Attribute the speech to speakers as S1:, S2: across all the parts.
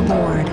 S1: Billboard.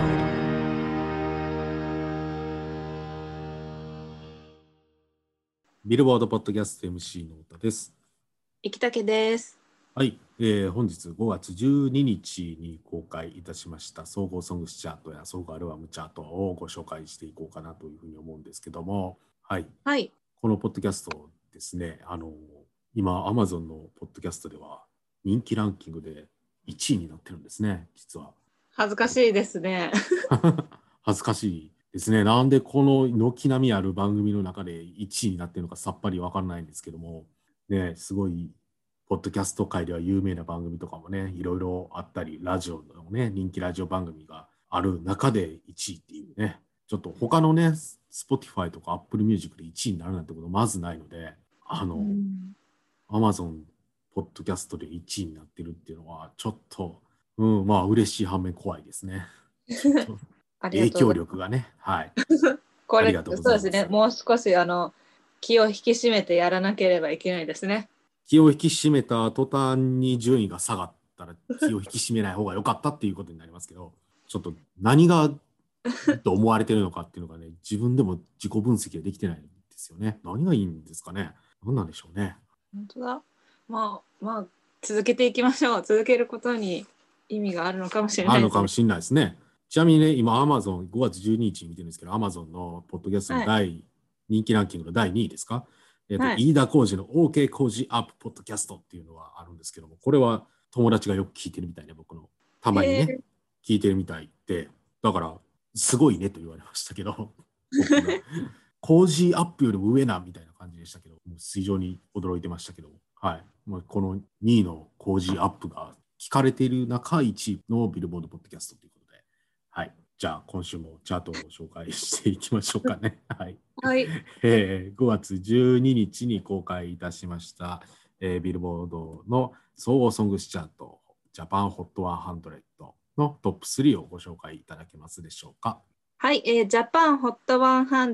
S2: ビルボードポッドキャスト MC の太田です。
S3: 生竹です。
S2: はい、本日5月12日に公開いたしました総合ソングスチャートや総合アルバムチャートをご紹介していこうかなというふうに思うんですけども、はい、
S3: はい、
S2: このポッドキャストですね、今 Amazon のポッドキャストでは人気ランキングで1位になってるんですね、実は。
S3: 恥ずかしいですね。
S2: 恥ずかしいですね。なんでこの軒並みある番組の中で1位になってるのかさっぱりわからないんですけども、ね、すごいポッドキャスト界では有名な番組とかもね、いろいろあったり、ラジオのね、人気ラジオ番組がある中で1位っていうね、ちょっと他のね、Spotify とか Apple Music で1位になるなんてことまずないので、Amazon ポッドキャストで1位になってるっていうのは、ちょっと、まあ嬉しい反面怖いですね。ちょっと影響力がね、はい。
S3: これ
S2: ありがとうございます。
S3: そうですね。もう少し気を引き締めてやらなければいけないですね。
S2: 気を引き締めた途端に順位が下がったら気を引き締めない方が良かったっていうことになりますけど、ちょっと何がと思われてるのかっていうのがね、自分でも自己分析ができてないんですよね。何がいいんですかね。何なんでしょうね。
S3: 本当だ。まあ続けていきましょう。続けることに意味があるのかもしれないですね。
S2: あるのかもしれないですね。ちなみにね、今 Amazon 5月12日に見てるんですけど、Amazon のポッドキャストの人気ランキングの第2位ですか。飯田浩司の OK 工事アップポッドキャストっていうのはあるんですけども、これは友達がよく聞いてるみたいね、僕の。たまにね、聞いてるみたいで、だからすごいねと言われましたけど、工事アップよりも上なみたいな感じでしたけど、もう非常に驚いてましたけど、はい。この2位の工事アップが聞かれている中1位のビルボードポッドキャストということで、はい。じゃあ今週もチャートを紹介していきましょうかね。はい。
S3: はい。
S2: 5月12日に公開いたしました、ビルボードの総合ソングスチャートジャパンホット100のトップ3をご紹介いただけますでしょうか。
S3: はい、ジャパンホット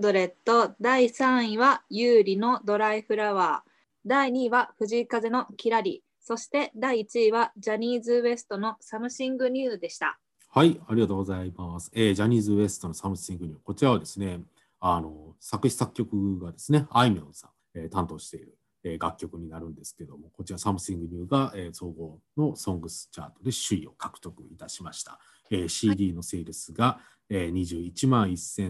S3: 100第3位は優里のドライフラワー、第2位は藤井風のキラリ、そして第1位はジャニーズ WEST のサムシングニューでした。
S2: はい、ありがとうございます。ジャニーズ WEST のサムシングニュー、こちらはですね、作詞作曲がですね、あいみょんさん、担当している、楽曲になるんですけども、こちらサムシングニューが、総合のソングスチャートで首位を獲得いたしました。CD のセールスが、21万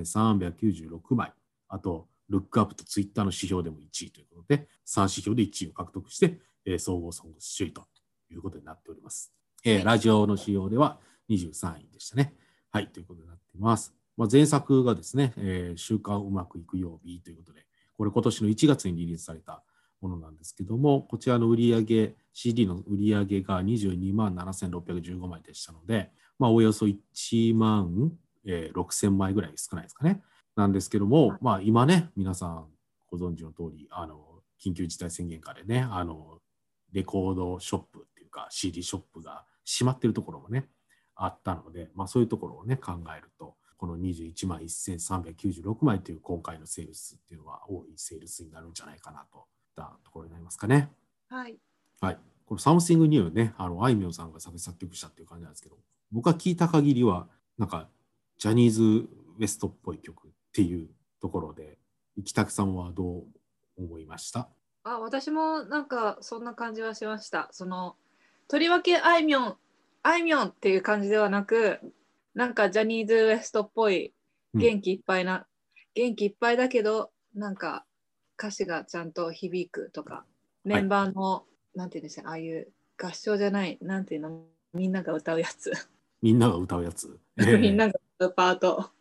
S2: 1396枚、あと、ルックアップとツイッターの指標でも1位ということで、3指標で1位を獲得して、総合ソング首位ということになっております。ラジオの指標では23位でしたね。はい、ということになっています。前作がですね、週刊うまくいく曜日ということで、これ今年の1月にリリースされたものなんですけども、こちらの売上 CD の売上が22万7615枚でしたので、およそ1万6000枚ぐらい少ないですかね。なんですけども、今ね、皆さんご存知の通り、緊急事態宣言下でね、レコードショップっていうか CD ショップが閉まってるところもね、あったので、そういうところをね、考えると、この21万1396枚という今回のセールスっていうのは多いセールスになるんじゃないかなといったところになりますかね。
S3: はい。
S2: はい。このサムシングニューね、あいみょんさんが作曲したっていう感じなんですけど、僕が聞いた限りは、なんか、ジャニーズ WEST っぽい曲っていうところで、生竹さんはどう思いました？
S3: 私もなんかそんな感じはしました。とりわけあいみょんっていう感じではなく、なんかジャニーズ WEST っぽい元気いっぱいだけど、なんか歌詞がちゃんと響くとか、メンバーの、なんていうんですか、ああいう合唱じゃない、なんていうの、みんなが歌うやつ。
S2: みんなが歌うやつ。
S3: みんなが歌うパート。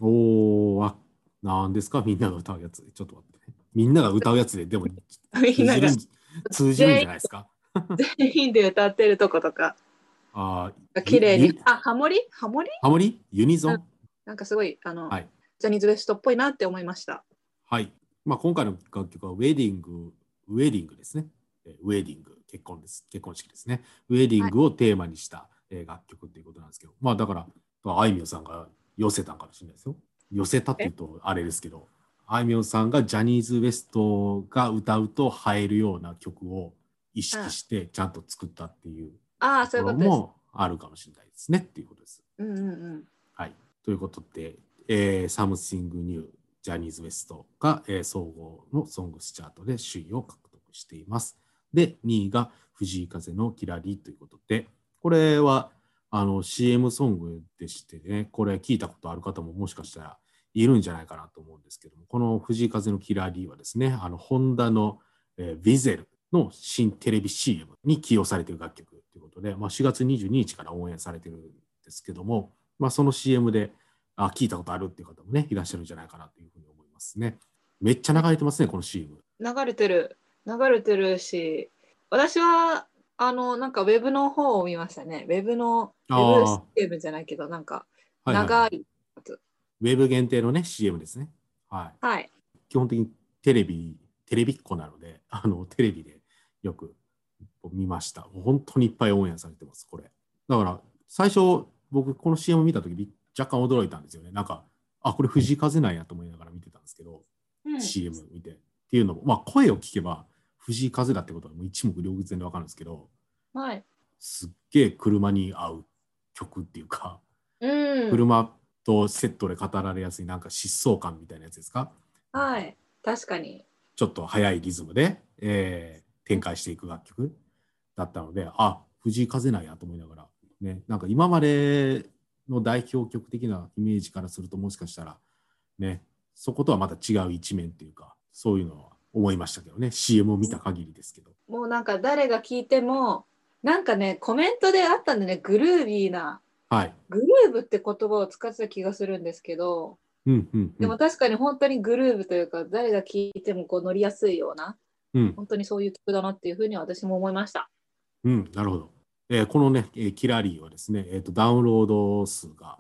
S2: なんですかみんなが歌うやつ。ちょっと待ってね。みんなが歌うやつで、でも通じるんじゃないですか。
S3: 全員で歌ってるとことか。綺麗に。ハモリ
S2: ユニゾン、
S3: なんかすごい、ジャニーズ WEST っぽいなって思いました。
S2: はい。今回の楽曲はウェディングですね。ウェディング、結婚式ですね。ウェディングをテーマにした、楽曲っていうことなんですけど、だから、あいみょんさんが寄せたんかもしれないですよ。寄せたっていうとあれですけど、あいみょんさんがジャニーズ WEST が歌うと映えるような曲を意識してちゃんと作ったっていうところもあるかもしれないですねっていうことです。 はい。ということで、Something New ジャニーズ WEST が、総合のソングスチャートで首位を獲得しています。で、2位が藤井風のキラリということで、これはCM ソングでしてね、これ聞いたことある方ももしかしたらいるんじゃないかなと思うんですけども、この藤井風のキラリはですね、ホンダの、ヴィゼルの新テレビ CM に起用されている楽曲ということで、4月22日から応援されているんですけども、その CM で聞いたことあるっていう方もね、いらっしゃるんじゃないかなというふうに思いますね。めっちゃ流れてますね、この CM。
S3: 流れてるし、私はなんかウェブの方を見ましたね。ウェブ CM じゃないけど、なんか
S2: はいはいはい。
S3: 長いやつ。
S2: ウェブ限定のね、CM ですね。はい。
S3: はい。
S2: 基本的にテレビっ子なので、テレビでよく見ました。本当にいっぱいオンエアされてます、これ。だから、最初、僕、この CM 見たとき、若干驚いたんですよね。なんか、これ藤井風なんやと思いながら見てたんですけど、
S3: うん、
S2: CM 見て。っていうのも、声を聞けば藤井風だってことはもう一目瞭然で分かるんですけど、
S3: はい。
S2: すっげえ車に合う曲っていうか、
S3: うん。
S2: 車とセットで語られやすいなんか疾走感みたいなやつですか。なんか
S3: はい。確かに。
S2: ちょっと速いリズムで、展開していく楽曲だったので、藤井風なんやと思いながら、ね、なんか今までの代表曲的なイメージからすると、もしかしたら、ね、そことはまた違う一面っていうか、そういうのは思いましたけどね、CM を見た限りですけど。
S3: もうなんか誰が聞いても、なんかね、コメントであったんでね、グルービーな、
S2: はい。
S3: グルーブって言葉を使ってた気がするんですけど、
S2: うんうんうん。
S3: でも確かに本当にグルーブというか、誰が聞いてもこう乗りやすいような、
S2: うん。
S3: 本当にそういう曲だなっていうふうに私も思いました。
S2: うん、なるほど。このね、キラリーはですね、ダウンロード数が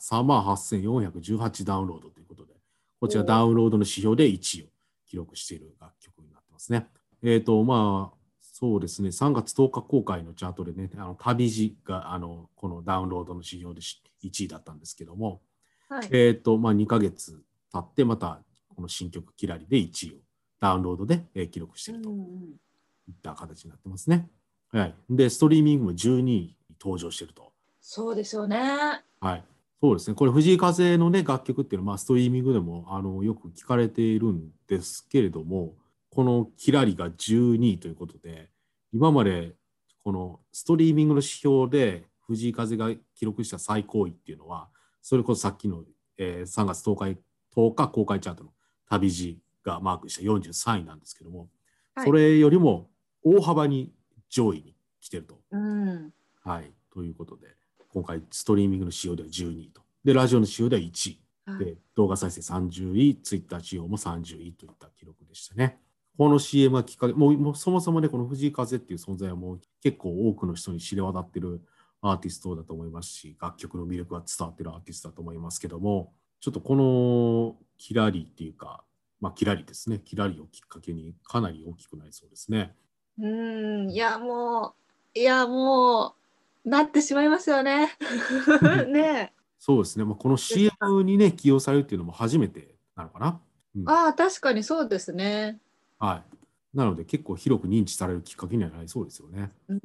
S2: 38,418ダウンロードということで、こちらダウンロードの指標で1位を記録している楽曲になってますね。そうですね、3月10日公開のチャートでね、旅路がこのダウンロードの指標で1位だったんですけども、
S3: はい。
S2: 2ヶ月経って、またこの新曲キラリで1位をダウンロードで記録しているといった形になってますね。はい。で、ストリーミングも12位に登場していると。
S3: そうですよね。
S2: はい。そうですね。これ、藤井風のね、楽曲っていうのは、ストリーミングでもよく聞かれているんですけれども、このキラリが12位ということで、今までこのストリーミングの指標で藤井風が記録した最高位っていうのは、それこそさっきの、3月10日公開チャートの旅路がマークした43位なんですけども、
S3: はい。
S2: それよりも大幅に上位に来てると。
S3: うん。
S2: はい。ということで、今回ストリーミングの仕様では12位と。で、ラジオの仕様では1位。
S3: はい。
S2: で、動画再生30位、ツイッター仕様も30位といった記録でしたね。この CM はきっかけ、もうそもそもね、この藤井風っていう存在はもう結構多くの人に知れ渡ってるアーティストだと思いますし、楽曲の魅力が伝わってるアーティストだと思いますけども、ちょっとこのキラリっていうか、キラリですね。キラリをきっかけにかなり大きくなりそうですね。
S3: いやもなってしまいますよね。ねえ。
S2: そうですね。この
S3: ですか。
S2: CM にね、起用されるっていうのも初めてなのかな。うん。
S3: ああ、確かにそうですね。
S2: はい。なので、結構広く認知されるきっかけにはなりそうですよね。
S3: うん。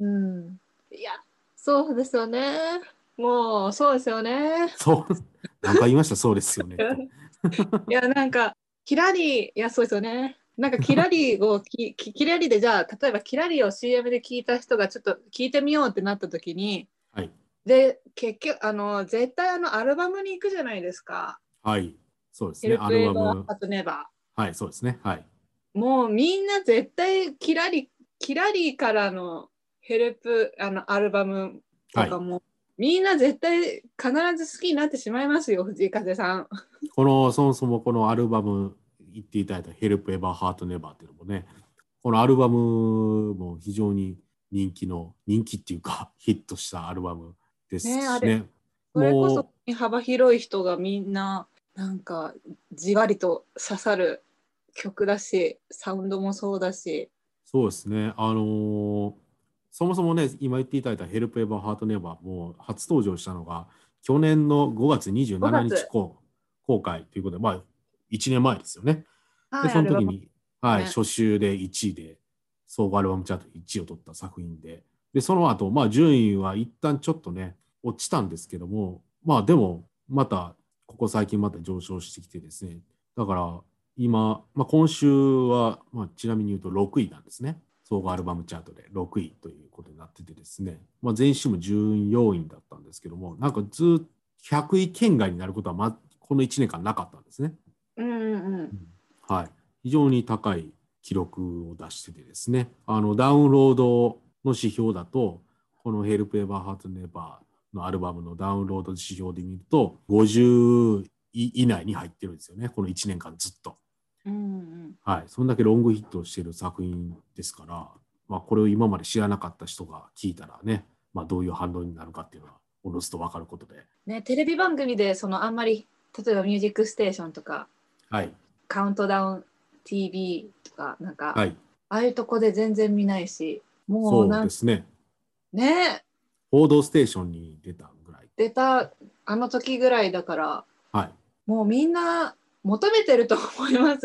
S3: いや、そうですよね。もう、そうですよね。
S2: そう、何回言いました、そうですよねって。
S3: いや、なんか、キラリ、いや、そうですよね。なんか、キラリをキラリで、じゃあ、例えば、キラリを CM で聞いた人が、ちょっと聞いてみようってなった時に、
S2: はい。
S3: で、結局、絶対アルバムに行くじゃないですか。
S2: はい。そうですね。
S3: ヘル
S2: ア
S3: プエバー、
S2: ルバム。
S3: あとネバ
S2: はい、そうですね。はい。
S3: もうみんな絶対キラリからのヘルプ、アルバムと
S2: はい。
S3: かも、みんな絶対必ず好きになってしまいますよ、藤井風さん。
S2: そもそもこのアルバム、言っていただいた Help Ever Heart Never っていうのもね、このアルバムも非常に人気っていうか、ヒットしたアルバムです
S3: ね、あれ、
S2: しね。
S3: それこそ
S2: も
S3: 幅広い人がみんな、なんか、じわりと刺さる曲だし、サウンドもそうだし、
S2: そうですね。そもそもね、今言っていただいた Help Ever Heart Never も初登場したのが去年の5月27日
S3: 5月、
S2: 公開ということで、1年前ですよね。で、
S3: はい、
S2: そ
S3: アルバム
S2: の時に、はい、
S3: ね。
S2: 初週で1位で、総合アルバムチャート1位を取った作品で、で、その後、順位は一旦ちょっとね、落ちたんですけども、でも、またこ最近また上昇してきてですね、だから今、今週は、ちなみに言うと6位なんですね。総合アルバムチャートで6位ということになっててですね、前週も14位だったんですけども、なんかずっと100位圏外になることは、この1年間なかったんですね。はい。非常に高い記録を出しててですね、ダウンロードの指標だと、この Help Ever Hurt Never のアルバムのダウンロード指標で見ると、50位以内に入ってるんですよね、この1年間ずっと。はい。そんだけロングヒットをしている作品ですから、これを今まで知らなかった人が聞いたらね、どういう反応になるかっていうのは、おのずと分かることで。
S3: ね、テレビ番組であんまり、例えばミュージックステーションとか、
S2: はい、
S3: カウントダウン TV とか、なんか、
S2: はい、
S3: ああいうとこで全然見ないし、もう
S2: そうですね。
S3: ね、
S2: 報道ステーションに出たぐらい。
S3: 出たあの時ぐらいだから、
S2: はい、
S3: もうみんな求めてると思います。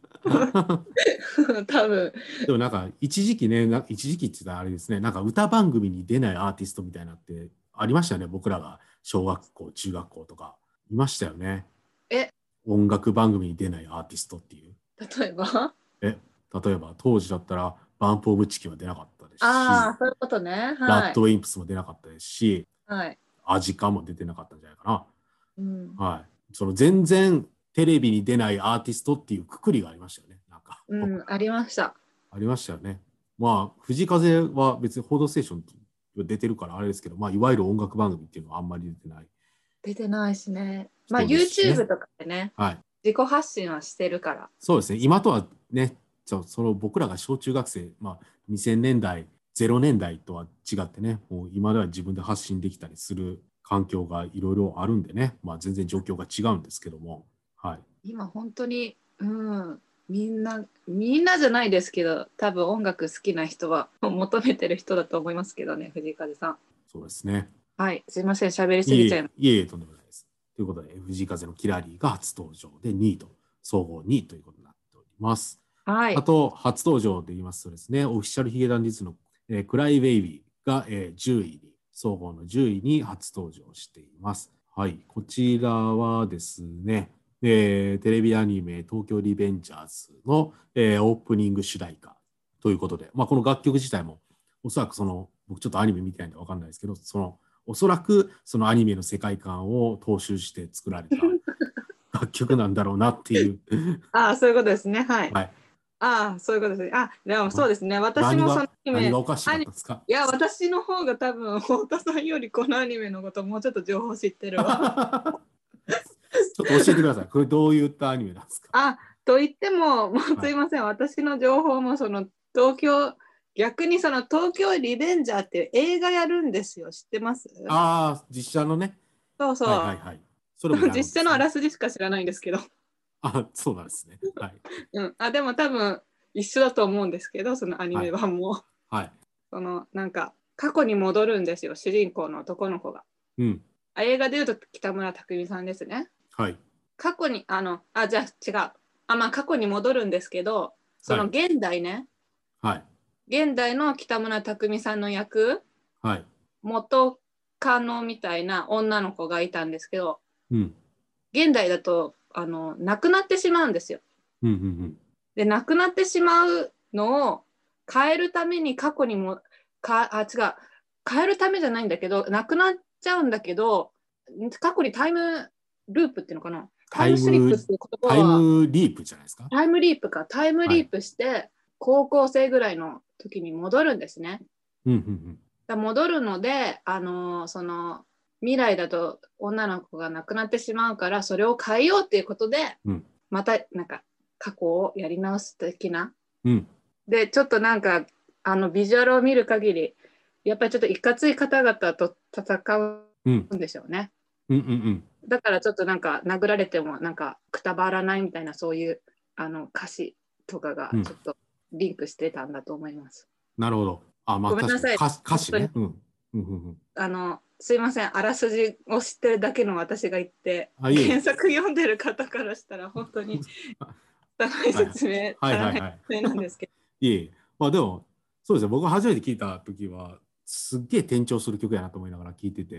S3: 多分。
S2: でもなんか一時期ね、一時期って言ったらあれですね、なんか歌番組に出ないアーティストみたいなってありましたよね、僕らが小学校、中学校とか。いましたよね。音楽番組に出ないアーティストっていう。
S3: 例えば
S2: 例えば当時だったらバンプ・オブ・チキンは出なかったですし、
S3: ああ、そういうことね。はい、
S2: ラッドウィンプスも出なかったですし、
S3: はい、
S2: アジカも出てなかったんじゃないか
S3: な。
S2: はい。その全然テレビに出ないアーティストっていうくくりがありましたよね。なんか、
S3: ありました。
S2: ありましたよね。藤風は別に報道ステーション出てるからあれですけど、いわゆる音楽番組っていうのはあんまり出てない。
S3: 出てないしね。
S2: YouTube
S3: とかでね、
S2: はい、
S3: 自己発信はしてるから。
S2: そうですね。今とはね、その僕らが小中学生、2000年代、0年代とは違ってね、もう今では自分で発信できたりする環境がいろいろあるんでね、全然状況が違うんですけども、はい。
S3: 今本当に、みんなじゃないですけど、多分音楽好きな人は求めてる人だと思いますけどね、藤井風さん。
S2: そうですね。
S3: はい、すいません、喋りすぎちゃいました。
S2: いえ、とんでもないです。ということで、藤井風のキラリーが初登場で2位と、総合2位ということになっております。
S3: はい。
S2: あと、初登場で言いますとですね、オフィシャルヒゲダンディズの、クライベイビーが、10位に、総合の10位に初登場しています。はい、こちらはですね、テレビアニメ東京リベンジャーズの、オープニング主題歌ということで、この楽曲自体もおそらく僕ちょっとアニメ見てないんで分かんないですけど、おそらくそのアニメの世界観を踏襲して作られた楽曲なんだろうなっていう
S3: ああ、そういうことですね。はい。
S2: はい。
S3: ああ、そういうことですね。でもそうですね。私もそのアニメ、
S2: 何がおかしかったんですか？
S3: いや、私の方が多分、太田さんよりこのアニメのこともうちょっと情報知ってるわ。
S2: ちょっと教えてください。これどういったアニメなんですか？
S3: と言っても、すいません、私の情報も逆に東京リベンジャーっていう映画やるんですよ。知ってます？
S2: 実写のね。
S3: そうそう。
S2: はいはいはい。それも
S3: 実写のあらすじしか知らないんですけど。
S2: そうなんですね。はい。
S3: でも多分一緒だと思うんですけど、そのアニメ版も。
S2: はい。
S3: なんか過去に戻るんですよ、主人公の男の子が。映画でいうと北村匠海さんですね。
S2: はい。
S3: 過去にじゃあ違う。過去に戻るんですけど、その現代ね。
S2: はい。
S3: 現代の北村匠海さんの役、
S2: はい。
S3: 元カノみたいな女の子がいたんですけど、現代だと亡くなってしまうんですよ。で、亡くなってしまうのを変えるために過去にも変えるためじゃないんだけど、亡くなっちゃうんだけど、過去にタイムループっていうのかな、タイムスリップっていう言葉は
S2: タイムリープじゃないですか。
S3: タイムリープか、タイムリープして、高校生ぐらいの時に戻るんですね。戻るので、その未来だと女の子が亡くなってしまうから、それを変えようっていうことで、またなんか過去をやり直す的な。で、ちょっとなんかビジュアルを見る限り、やっぱりちょっといかつい方々と戦うんでしょうね。だからちょっとなんか殴られてもなんかくたばらないみたいな、そういう歌詞とかがちょっとリンクしてたんだと思います。
S2: なるほど。
S3: ごめんなさい。
S2: 歌詞ね。
S3: すいません、あらすじを知ってるだけの私が言って、原作読んでる方からしたら本当に拙い説明なんですけど。
S2: いえ、でもそうですね、僕初めて聞いた時はすっげえ転調する曲やなと思いながら聞いてて、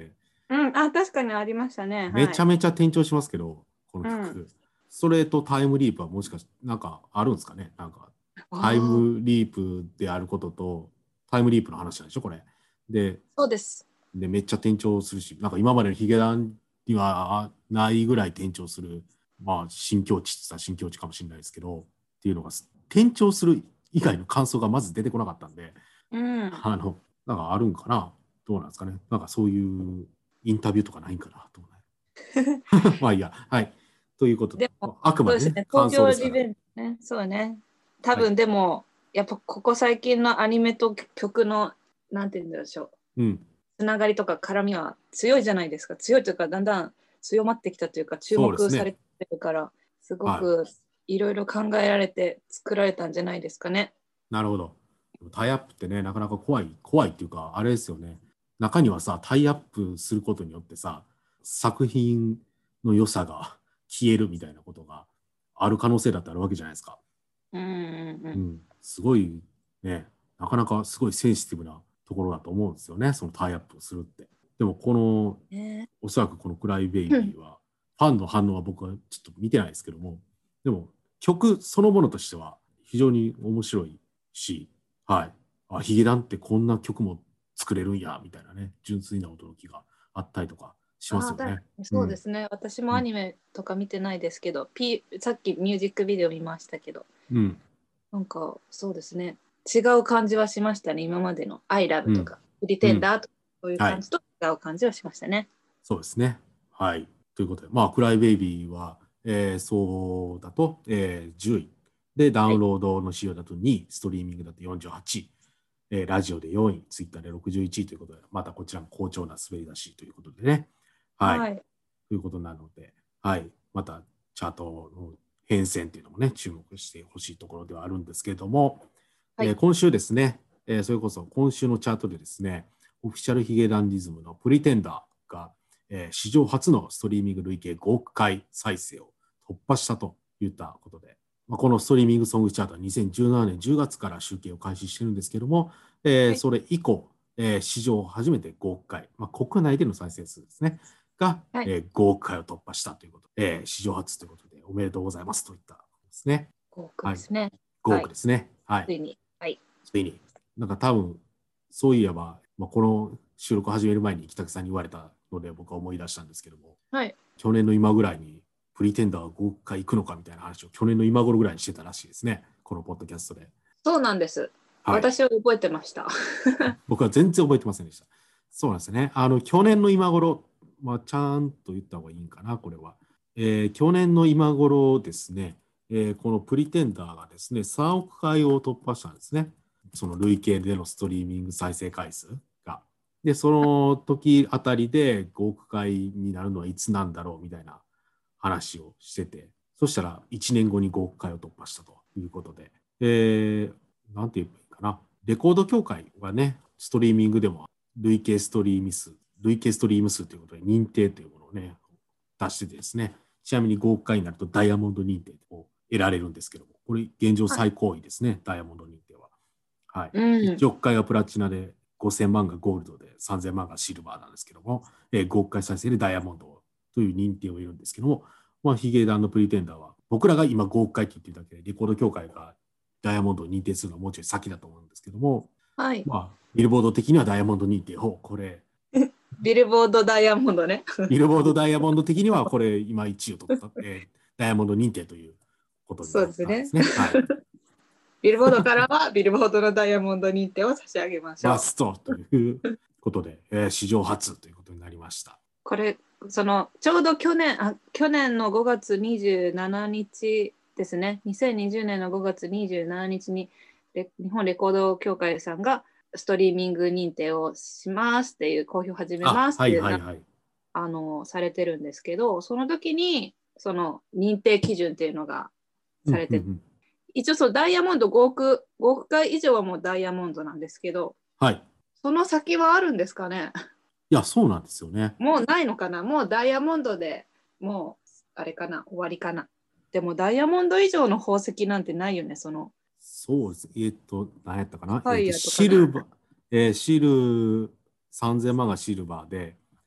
S3: 確かにありましたね。
S2: めちゃ
S3: め
S2: めちゃ転調しますけど、この曲。
S3: うん、
S2: それとタイムリープはもしかして、なんかあるんですかね。なんか、タイ
S3: ああ、
S2: ムリープであることと、タイムリープの話なんでしょ、これ。で、
S3: そうです。
S2: めっちゃ転調するし、なんか今までのヒゲダンにはないぐらい転調する、まあ、新境地って言ったら新境地かもしれないですけど、っていうのが、転調する以外の感想がまず出てこなかったんで、
S3: うん。
S2: なんかあるんかな、どうなんですかね。なんかそういうインタビューとかないんかなと思うね。まあいいや。はい。ということで、
S3: でも、
S2: あくまでね、
S3: そうですね、東
S2: 感想ですから。
S3: 京リベンジね、そうね。多
S2: はい。
S3: 分でも、やっぱここ最近のアニメと曲の、なんて言うんでしょう、
S2: うん。
S3: つながりとか絡みは強いじゃないですか。強いというか、だんだん強まってきたというか、注
S2: そうですね。
S3: 目されてるから、すご
S2: はい。
S3: くいろいろ考えられて作られたんじゃないですかね。
S2: なるほど。タイアップってね、なかなか怖いっていうか、あれですよね。中にはさ、タイアップすることによってさ、作品の良さが消えるみたいなことがある可能性だってあるわけじゃないですか。
S3: うんうんうん。
S2: うん。すごいね、なかなかすごいセンシティブなところだと思うんですよね、そのタイアップをするって。でも、
S3: ね、
S2: おそらくこのクライベイ
S3: うん、
S2: ビーは、ファンの反応は僕はちょっと見てないですけども、でも、曲そのものとしては非常に面白いし、はい。ヒゲダンってこんな曲も作れるんや、みたいなね、純粋な驚きがあったりとかしますよね。うん。
S3: そうですね。私も
S2: うん。
S3: アニメとか見てないですけど、さっきミュージックビデオ見ましたけど、
S2: うん。
S3: なんかそうですね。違う感じはしましたね。今までの I love
S2: うん。
S3: とか、プリ
S2: うん。
S3: テンダーとか、そういう
S2: はい。
S3: 感じと違う感じはしましたね。
S2: そうですね。はい。ということで、まあ、クライベイビーは、そうだと、10位。で、ダ
S3: はい。
S2: ウンロードの仕様だと2位、ストリーミングだと48位、ラジオで4位、ツイッターで61位ということで、またこちらも好調な滑り出しということでね。はい。
S3: はい。
S2: ということなので、はい。またチャートの変遷というのもね、注目してほしいところではあるんですけれども、
S3: はい。
S2: 今週ですね、それこそ今週のチャートでですね、オフィシャルヒゲダンディズムのプリテンダーが、史上初のストリーミング累計5億回再生を突破したといったことで、まあ、このストリーミングソングチャートは2017年10月から集計を開始してるんですけども、
S3: はい。
S2: それ以降、史上初めて5億回、まあ、国内での再生数ですね、が、
S3: はい。
S2: 5億回を突破したということで、史上初ということで、おめでとうございますといったことですね。
S3: 5億
S2: はい。
S3: ですね。
S2: 5
S3: はい。
S2: 億ですね。はい。
S3: ついに。はい。
S2: ついに。なんか多分、そういえば、まあ、この収録始める前に北木さんに言われたので僕は思い出したんですけども、
S3: はい。
S2: 去年の今ぐらいにプリテンダーが5億回行くのかみたいな話を去年の今頃ぐらいにしてたらしいですね。このポッドキャストで。
S3: そうなんです。
S2: はい。
S3: 私は覚えてました。
S2: 僕は全然覚えてませんでした。そうなんですね。去年の今頃、まあ、ちゃんと言った方がいいんかな、これは。去年の今頃ですね、このプリテンダーがですね、3億回を突破したんですね。その累計でのストリーミング再生回数が。で、その時あたりで5億回になるのはいつなんだろうみたいな話をしてて、そしたら1年後に5億回を突破したということで、なんて言えばいいかな。レコード協会はね、ストリーミングでも累計ストリーム数、累計ストリーム数ということで認定というものをね、出しててですね、ちなみに5億回になるとダイヤモンド認定を得られるんですけども、これ現状
S3: はい。
S2: 最高位ですね、ダイヤモンド認定は。はい。
S3: うん。
S2: 1億回がプラチナで、5000万がゴールドで、3000万がシルバーなんですけども、5億回再生でダイヤモンドという認定を得るんですけども、まあ、ヒゲダンのプリテンダーは、僕らが今5億回って言ってるだけで、レコード協会がダイヤモンドを認定するのはもうちょい先だと思うんですけども、
S3: はい。
S2: まあ、ビルボード的にはダイヤモンド認定を、これ、
S3: ビルボードダイヤモンドね。
S2: ビルボードダイヤモンド的には、これ、今1位を取った、ダイヤモンド認定ということになっ
S3: そうですね。
S2: たんですね。はい。
S3: ビルボードからはビルボードのダイヤモンド認定を差し上げましょう。
S2: マストということで、史上初ということになりました。
S3: これ、ちょうど去年の5月27日ですね。2020年の5月27日に日本レコード協会さんがストリーミング認定をしますっていう、公表始め
S2: あ、はい
S3: ますっていう
S2: はいはい。
S3: されてるんですけど、その時にその認定基準っていうのが
S2: うん
S3: されて、
S2: うんうん。
S3: 一応ダイヤモンド5億回以上はもうダイヤモンドなんですけど、
S2: はい。
S3: その先はあるんですかね。
S2: いや、そうなんですよね。
S3: もうないのかな。もうダイヤモンドでもうあれかな、終わりかな。でもダイヤモンド以上の宝石なんてないよね、
S2: そうです。何やったかな。
S3: ファイヤーとかな。
S2: シルバー、シル3000万がシルバーで、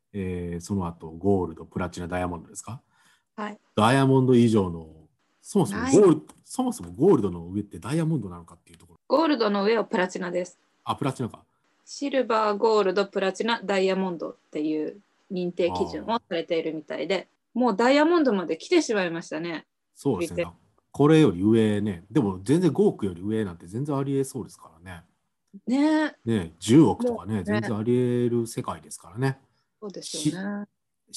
S2: その後ゴールド、プラチナ、ダイヤモンドですか。
S3: はい。
S2: ダイヤモンド以上の、そもそも
S3: ない
S2: ゴールドの上ってダイヤモンドなのかっていうところ。
S3: ゴールドの上はプラチナです。
S2: あ、プラチナか。
S3: シルバー、ゴールド、プラチナ、ダイヤモンドっていう認定基準を
S2: ああ、
S3: されているみたいで、もうダイヤモンドまで来てしまいましたね。
S2: そうですね。これより上ね。でも全然5億より上なんて全然ありえそうですからね。
S3: ね
S2: ね、10億と
S3: も
S2: かね、
S3: うね、
S2: 全然ありえる世界ですからね。
S3: そうですよ
S2: し
S3: ね。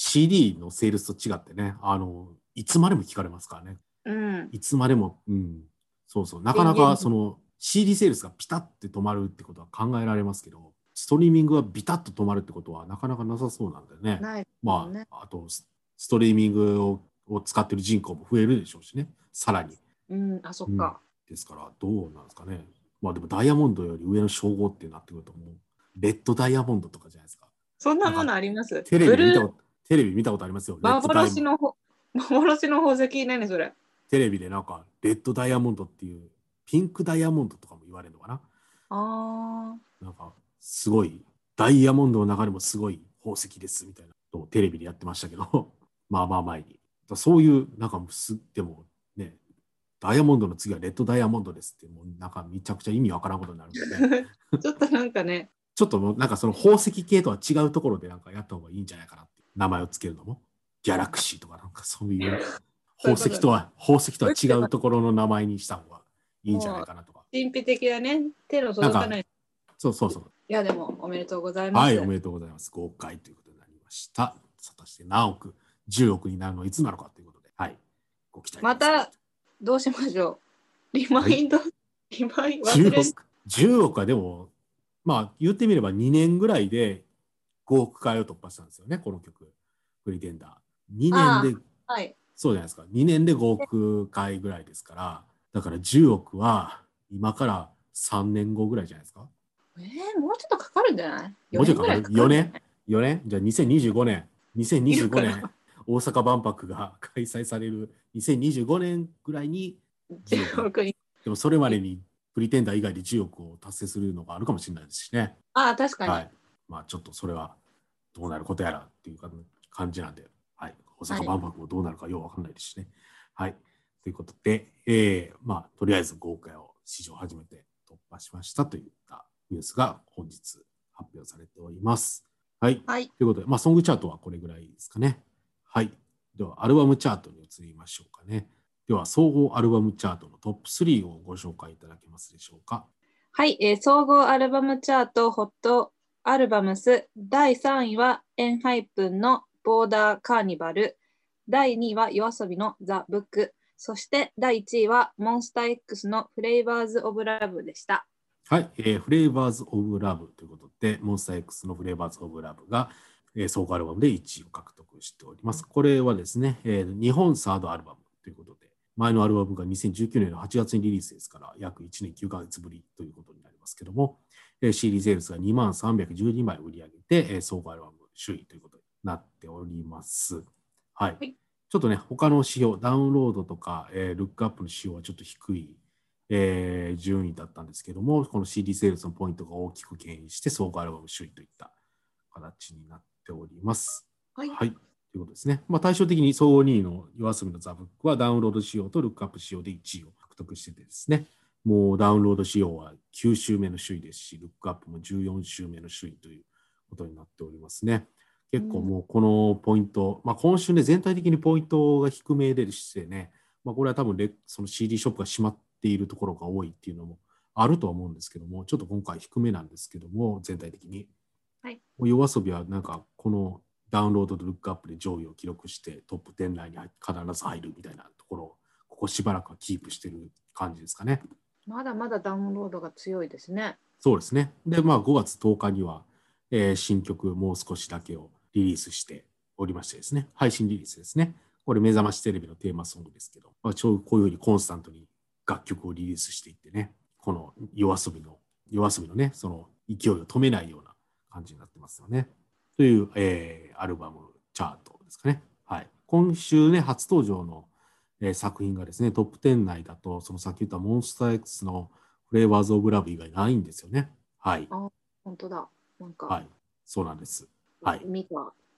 S2: CD のセールスと違ってね、いつまでも聞かれますからね。
S3: うん。
S2: いつまでも、うん、そうそう、なかな
S3: 永遠に
S2: かその CD セールスがピタッて止まるってことは考えられますけど、ストリーミングがビタッと止まるってことはなかなかなさそうなんでね。
S3: ないですもん
S2: ま
S3: ね。
S2: あ、あと、ストリーミングを使ってる人口も増えるでしょうしね、さらに。
S3: うん、あ、そ
S2: うん、
S3: っか。
S2: ですから、どうなんですかね。まあでもダイヤモンドより上の称号ってなってくると、もう、レッドダイヤモンドとかじゃないですか。
S3: そんな
S2: なんか、
S3: ものあります？
S2: テレ
S3: ブルー、
S2: ビで見たこと、テレビ見たことありますよ。レッドダイヤモンド。
S3: 幻の宝石何それ。
S2: テレビでなんか、レッドダイヤモンドっていう、ピンクダイヤモンドとかも言われるのかな。
S3: あ
S2: なんか、すごい、ダイヤモンドの中でもすごい宝石ですみたいなのをテレビでやってましたけど、まあまあ前に。そういう、なんかでもね、ダイヤモンドの次はレッドダイヤモンドですって、もうなんかめちゃくちゃ意味わからんことになるんでね。
S3: ーちょっとなんかね、
S2: ちょっともうなんかその宝石系とは違うところでなんかやった方がいいんじゃないかなって名前をつけるのも。ギャラクシーとかなんかそういう
S3: そういうことね。
S2: 宝石とは違うところの名前にした方がいいんじゃない
S3: もう
S2: かなとか。
S3: 神秘的なね、手の
S2: なんか、
S3: 届かない。い
S2: そうそうそう。
S3: や、でもおめでとうございま
S2: はい、お
S3: す。
S2: めでとうございます。合格ということになりました。果たして何億、10億になるのはいつなのかということで、はい。ご期待ください。
S3: また、どうしましょう。リマ
S2: はい。
S3: インド、リマイン、忘
S2: 10
S3: れ、
S2: 億。10億はでも、まあ言ってみれば2年ぐらいで5億回を突破したんですよね、この曲。プリテンダー。2年
S3: あ
S2: で、
S3: あ、はい。
S2: そうじゃないですか。2年で5億回ぐらいですから、だから10億は今から3年後ぐらいじゃないですか。
S3: もうちょっとかかるんじゃない
S2: も
S3: ?4 年
S2: うちょいかかる？
S3: ぐらいかか
S2: 4
S3: るんじゃ
S2: 年
S3: ない？
S2: ?4 年じゃあ2025年。2025
S3: いるかな？
S2: 年、大阪万博が開催される2025年ぐらいに10億。
S3: 10億に。
S2: でもそれまでにプリテンダー以外で10億を達成するのがあるかもしれないですしね。
S3: ああ、確かに。
S2: はい。まあちょっとそれはどうなることやらっていう感じなんで、はい。大阪万博もどうなるかようわかんないですしね。はい。ということで、まあとりあえず5億回を史上初めて突破しましたといったニュースが本日発表されております。はい。
S3: はい。
S2: ということで、まあソングチャートはこれぐらいですかね。はい。では、アルバムチャートに移りましょうかね。では、総合アルバムチャートのトップ3をご紹介いただけますでしょうか。
S3: はい、総合アルバムチャートホットアルバムス第3位はエンハイプンのボーダーカーニバル、第2位は夜遊びのザ・ブック、そして第1位はモンスター X のフレーバーズ・オブ・ラブでした。
S2: はい、フレーバーズ・オブ・ラブということで、モンスター X のフレーバーズ・オブ・ラブが、総合アルバムで1位を獲得しております。これはですね、日本サードアルバムということで、前のアルバムが2019年の8月にリリースですから、約1年9ヶ月ぶりということになりますけども、CD セールスが2312枚売り上げて、総合アルバム首位ということになっております。はい。はい、ちょっとね、他の指標、ダウンロードとか、ルックアップの指標はちょっと低い、順位だったんですけども、この CD セールスのポイントが大きく牽引して、総合アルバム首位といった形になっております。はい。はい、ということですね。まあ、対照的に総合2位の夜遊びのザ・ブックはダウンロード仕様とルックアップ仕様で1位を獲得しててですね、もうダウンロード仕様は9週目の首位ですし、ルックアップも14週目の首位ということになっておりますね。結構もうこのポイント、まあ、今週ね、全体的にポイントが低めでしてね、まあ、これは多分その CD ショップが閉まっているところが多いっていうのもあるとは思うんですけども、ちょっと今回低めなんですけども、全体的に。はい、夜遊びはなんかこのダウンロードとルックアップで上位を記録してトップ10内に必ず入るみたいなところをここしばらくはキープしてる感じですかね。
S3: まだまだダウンロードが強いですね。
S2: そうですね。で、まあ5月10日には、新曲もう少しだけをリリースしておりましてですね、配信リリースですね。これ目覚ましテレビのテーマソングですけど、まあ、こういうふうにコンスタントに楽曲をリリースしていってね、この夜遊びのね、その勢いを止めないような感じになってますよね。という、アルバムチャートですかね。はい。今週ね、初登場の、作品がですね、トップ10内だと、そのさっき言ったモンスター X のフレーバーズ・オブ・ラブ以外ないんですよね。はい。
S3: あ、本当だ。なんか。
S2: はい。そうなんです。はい。
S3: 見た。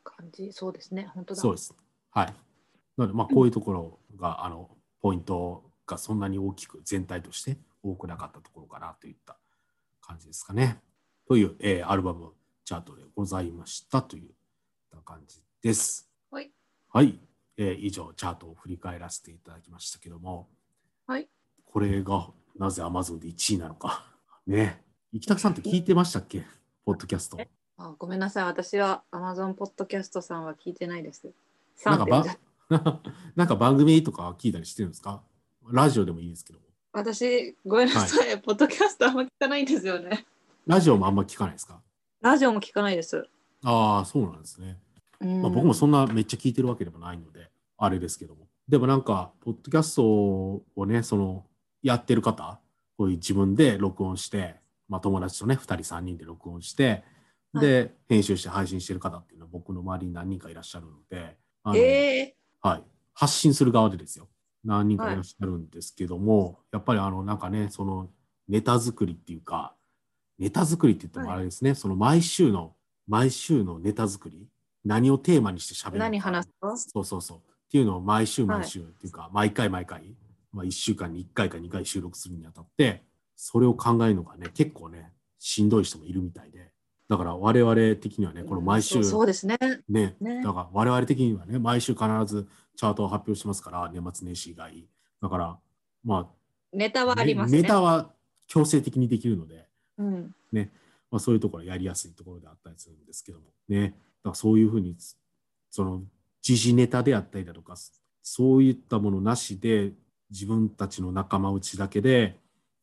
S3: 感じ。そうですね。本当だ。
S2: そうです。はい。なので、こういうところが、ポイントがそんなに大きく全体として多くなかったところかなといった感じですかね。という、アルバムチャートでございましたという感じです。
S3: はい。
S2: はい。以上、チャートを振り返らせていただきましたけども、
S3: はい。
S2: これがなぜ Amazon で1位なのか。ね。生田さんって聞いてましたっけポッドキャスト。
S3: ごめんなさい。私は Amazon ポッドキャストさんは聞いてないです。
S2: なんかなんか番組とか聞いたりしてるんですか？ラジオでもいいですけども。
S3: 私、ごめんなさい。ポッドキャストあんま聞かないんですよね。
S2: ラジオもあんま聞かないですか？
S3: ラジオも聞かないです。
S2: ああ、そうなんですね。僕もそ
S3: ん
S2: んなめっちゃ聞いてるわけでもないので、あれですけども。でもなんか、ポッドキャストをね、やってる方、こういう自分で録音して、友達とね、2人、3人で録音して、で、編集して配信してる方っていうのは僕の周りに何人かいらっしゃるので、はい、発信する側でですよ。何人かいらっしゃるんですけども、やっぱりなんかね、ネタ作りっていうか、ネタ作りって言ってもあれですね、毎週のネタ作り、何をテーマにして喋るの
S3: 何
S2: か。
S3: 話すか？
S2: そう。っていうのを毎週っていうか、毎回、1週間に1回か2回収録するにあたって、それを考えるのがね、結構ね、しんどい人もいるみたいで。だから我々的にはね、この毎週、
S3: そうですね。
S2: ね、だから我々的にはね、毎週必ずチャートを発表しますから、年末年始以外。だから、
S3: ネタはありますね。
S2: ネタは強制的にできるので、
S3: ね、
S2: そういうところはやりやすいところであったりするんですけどもね。だからそういうふうに、時事ネタであったりだとか、そういったものなしで、自分たちの仲間内だけで、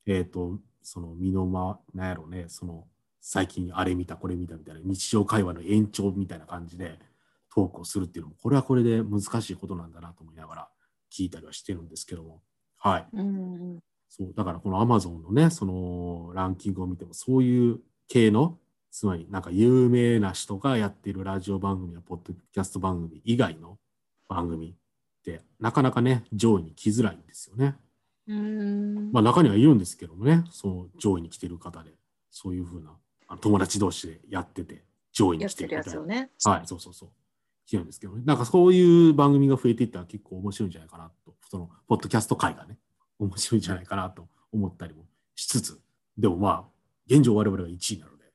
S2: なんやろうね、最近あれ見た、これ見たみたいな、日常会話の延長みたいな感じでトークをするっていうのも、これはこれで難しいことなんだなと思いながら聞いたりはしてるんですけども、はい。そうだからこの Amazon のね、ランキングを見ても、そういう系の、つまりなんか有名な人がやっているラジオ番組やポッドキャスト番組以外の番組ってなかなかね、上位に来づらいんですよね。中にはいるんですけどもね、上位に来てる方で、そういうふうな友達同士でやってて、上位に来てるみたいな。ね、はい、そう。来てるんですけどね。なんかそういう番組が増えていったら結構面白いんじゃないかなと、ポッドキャスト界がね、面白いんじゃないかなと思ったりもしつつ、でも現状我々が1位なので。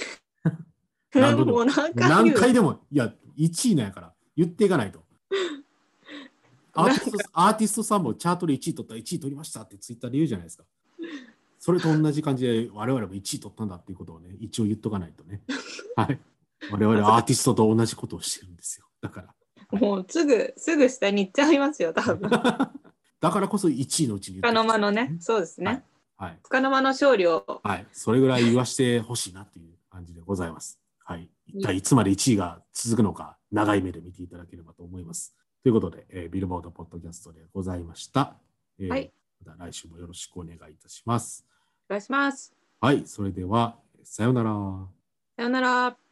S2: 何回でも、いや、1位なんやから言っていかないと。アーティストさんもチャートで1位取った、1位取りましたってツイッターで言うじゃないですか。それと同じ感じで我々も1位取ったんだっていうことをね、一応言っとかないとね。はい。我々はアーティストと同じことをしてるんですよ。だから。
S3: はい、もうすぐ下に行っちゃいますよ、多分。
S2: だからこそ1位のうちに
S3: 言って、つかの間のね、そうですね。はい。つかの間の勝利を。
S2: はい。それぐらい言わしてほしいなっていう感じでございます。はい。一体いつまで1位が続くのか、長い目で見ていただければと思います。ということで、ビルボードポッドキャストでございました。はい。また来週もよろしくお願いいたします。
S3: お願いします。
S2: はい。それでは、さようなら。
S3: さようなら。